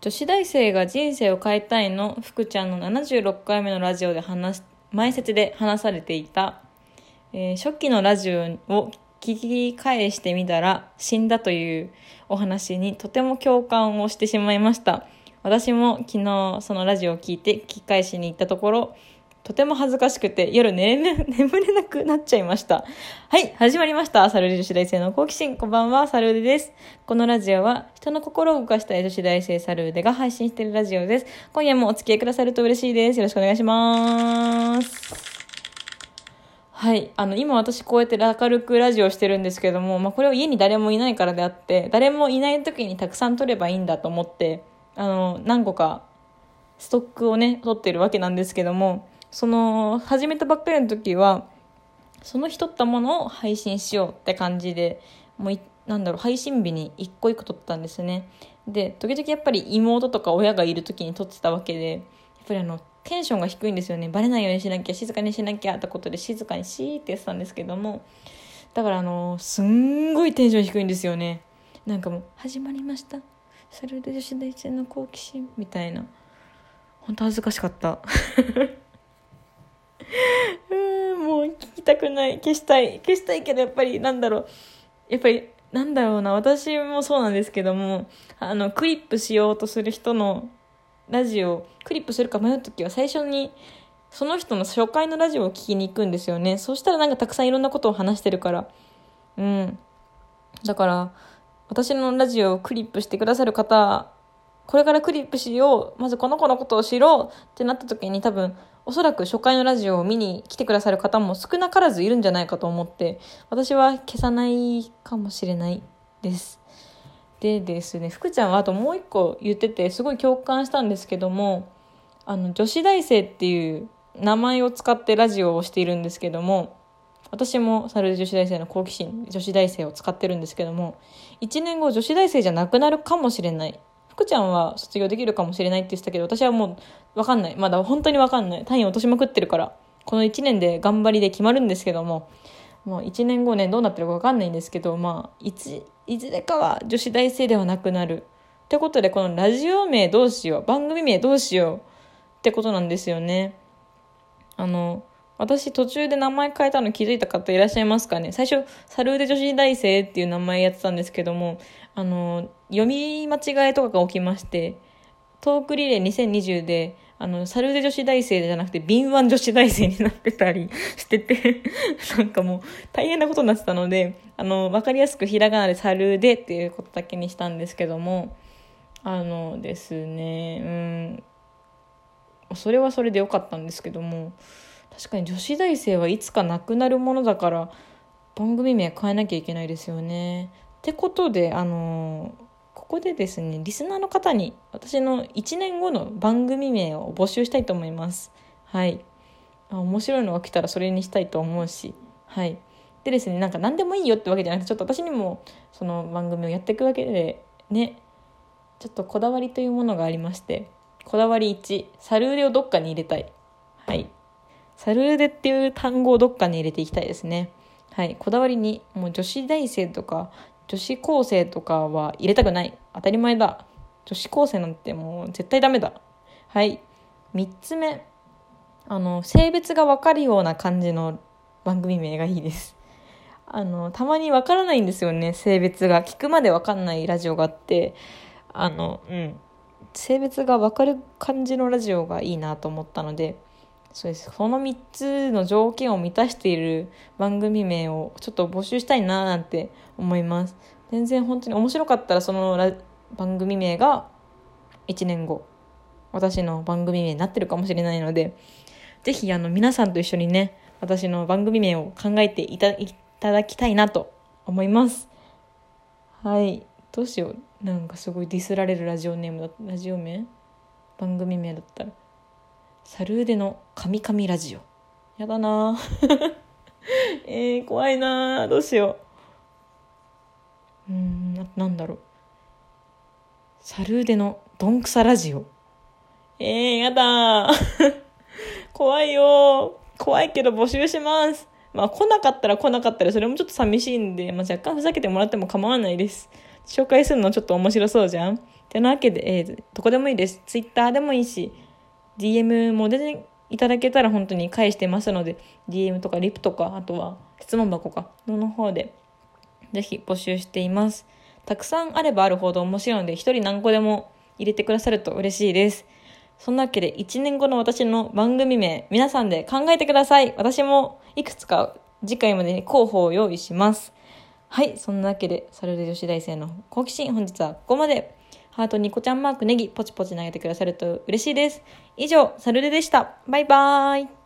女子大生が人生を変えたいの福ちゃんの76回目のラジオで前説で話されていた、初期のラジオを聞き返してみたら死んだというお話にとても共感をしてしまいました。私も昨日そのラジオを聞いて聞き返しに行ったところ、とても恥ずかしくて夜眠れなくなっちゃいました。はい、始まりました。サルーデ女子大生の好奇心。こんばんは、サルーデです。このラジオは人の心を動かしたい女子大生サルーデが配信しているラジオです。今夜もお付き合いくださると嬉しいです。よろしくお願いします。はい、今私こうやって明るくラジオしてるんですけども、これを家に誰もいないからであって、誰もいない時にたくさん撮ればいいんだと思って、何個かストックをね、撮ってるわけなんですけども、始めたばっかりの時はその日撮ったものを配信しようって感じで、もう配信日に一個一個撮ったんですね。で、時々やっぱり妹とか親がいる時に撮ってたわけで、やっぱりテンションが低いんですよね。バレないようにしなきゃ、静かにしなきゃってことで静かにシーってやってたんですけども、だからすんごいテンション低いんですよね。なんかもう始まりましたサルーデ女子大生の好奇心みたいな、本当恥ずかしかったもう聞きたくない、消したいけど、やっぱりなんだろうな、私もそうなんですけども、クリップしようとする人のラジオクリップするか迷うときは、最初にその人の初回のラジオを聞きに行くんですよね。そしたらたくさんいろんなことを話してるから、だから私のラジオをクリップしてくださる方、これからクリップしよう、まずこの子のことを知ろうってなった時に、多分おそらく初回のラジオを見に来てくださる方も少なからずいるんじゃないかと思って、私は消さないかもしれないです。でですね、福ちゃんはあともう一個言っててすごい共感したんですけども、女子大生っていう名前を使ってラジオをしているんですけども、私もサルーデ女子大生の好奇心女子大生を使ってるんですけども、1年後女子大生じゃなくなるかもしれない。福ちゃんは卒業できるかもしれないって言ってたけど、私はもう分かんない。まだ本当に分かんない。単位落としまくってるから、この1年で頑張りで決まるんですけども、もう1年後ね、どうなってるか分かんないんですけど、いずれかは女子大生ではなくなるってことで、このラジオ名どうしよう、番組名どうしようってことなんですよね。私途中で名前変えたの気づいた方いらっしゃいますかね。最初サルーデ女子大生っていう名前やってたんですけども、読み間違いとかが起きまして、トークリレー2020でサルーデ女子大生じゃなくて敏腕女子大生になってたりしててもう大変なことになってたので、分かりやすくひらがなでサルーデっていうことだけにしたんですけども、ですね、それはそれでよかったんですけども、確かに女子大生はいつかなくなるものだから番組名変えなきゃいけないですよね。ってことでここでですね、リスナーの方に私の1年後の番組名を募集したいと思います。はい。面白いのが来たらそれにしたいと思うし、はい。でですね、何でもいいよってわけじゃなくて、ちょっと私にもその番組をやっていくわけでね、ちょっとこだわりというものがありまして、こだわり1、サルーデをどっかに入れたい。はい。サルーデっていう単語をどっかに入れていきたいですね。はい。こだわり2、もう女子大生とか女子高生とかは入れたくない。当たり前だ。女子高生なんてもう絶対ダメだ。はい。3つ目、性別が分かるような感じの番組名がいいです。たまに分からないんですよね、性別が。聞くまで分かんないラジオがあって、性別が分かる感じのラジオがいいなと思ったので、そうです。その3つの条件を満たしている番組名をちょっと募集したいななんて思います。全然本当に面白かったらその番組名が1年後私の番組名になってるかもしれないので、ぜひ皆さんと一緒にね、私の番組名を考えていただきたいなと思います。はい。どうしよう。すごいディスられるラジオ名番組名だったらサルーデの神々ラジオ。やだな怖いな、どうしよう。なんだろう。サルーデのどんくさラジオ。やだ怖いよ。怖いけど募集します。来なかったらそれもちょっと寂しいんで、若干ふざけてもらっても構わないです。紹介するのちょっと面白そうじゃんっててなわけで、どこでもいいです。ツイッターでもいいし、DM も全然いただけたら本当に返してますので、DM とかリプとか、あとは質問箱かの方でぜひ募集しています。たくさんあればあるほど面白いので、一人何個でも入れてくださると嬉しいです。そんなわけで1年後の私の番組名、皆さんで考えてください。私もいくつか次回までに候補を用意します。はい、そんなわけでサルデ女子大生の好奇心、本日はここまで。ハートニコちゃんマークネギポチポチ投げてくださると嬉しいです。以上、サルデでした。バイバーイ。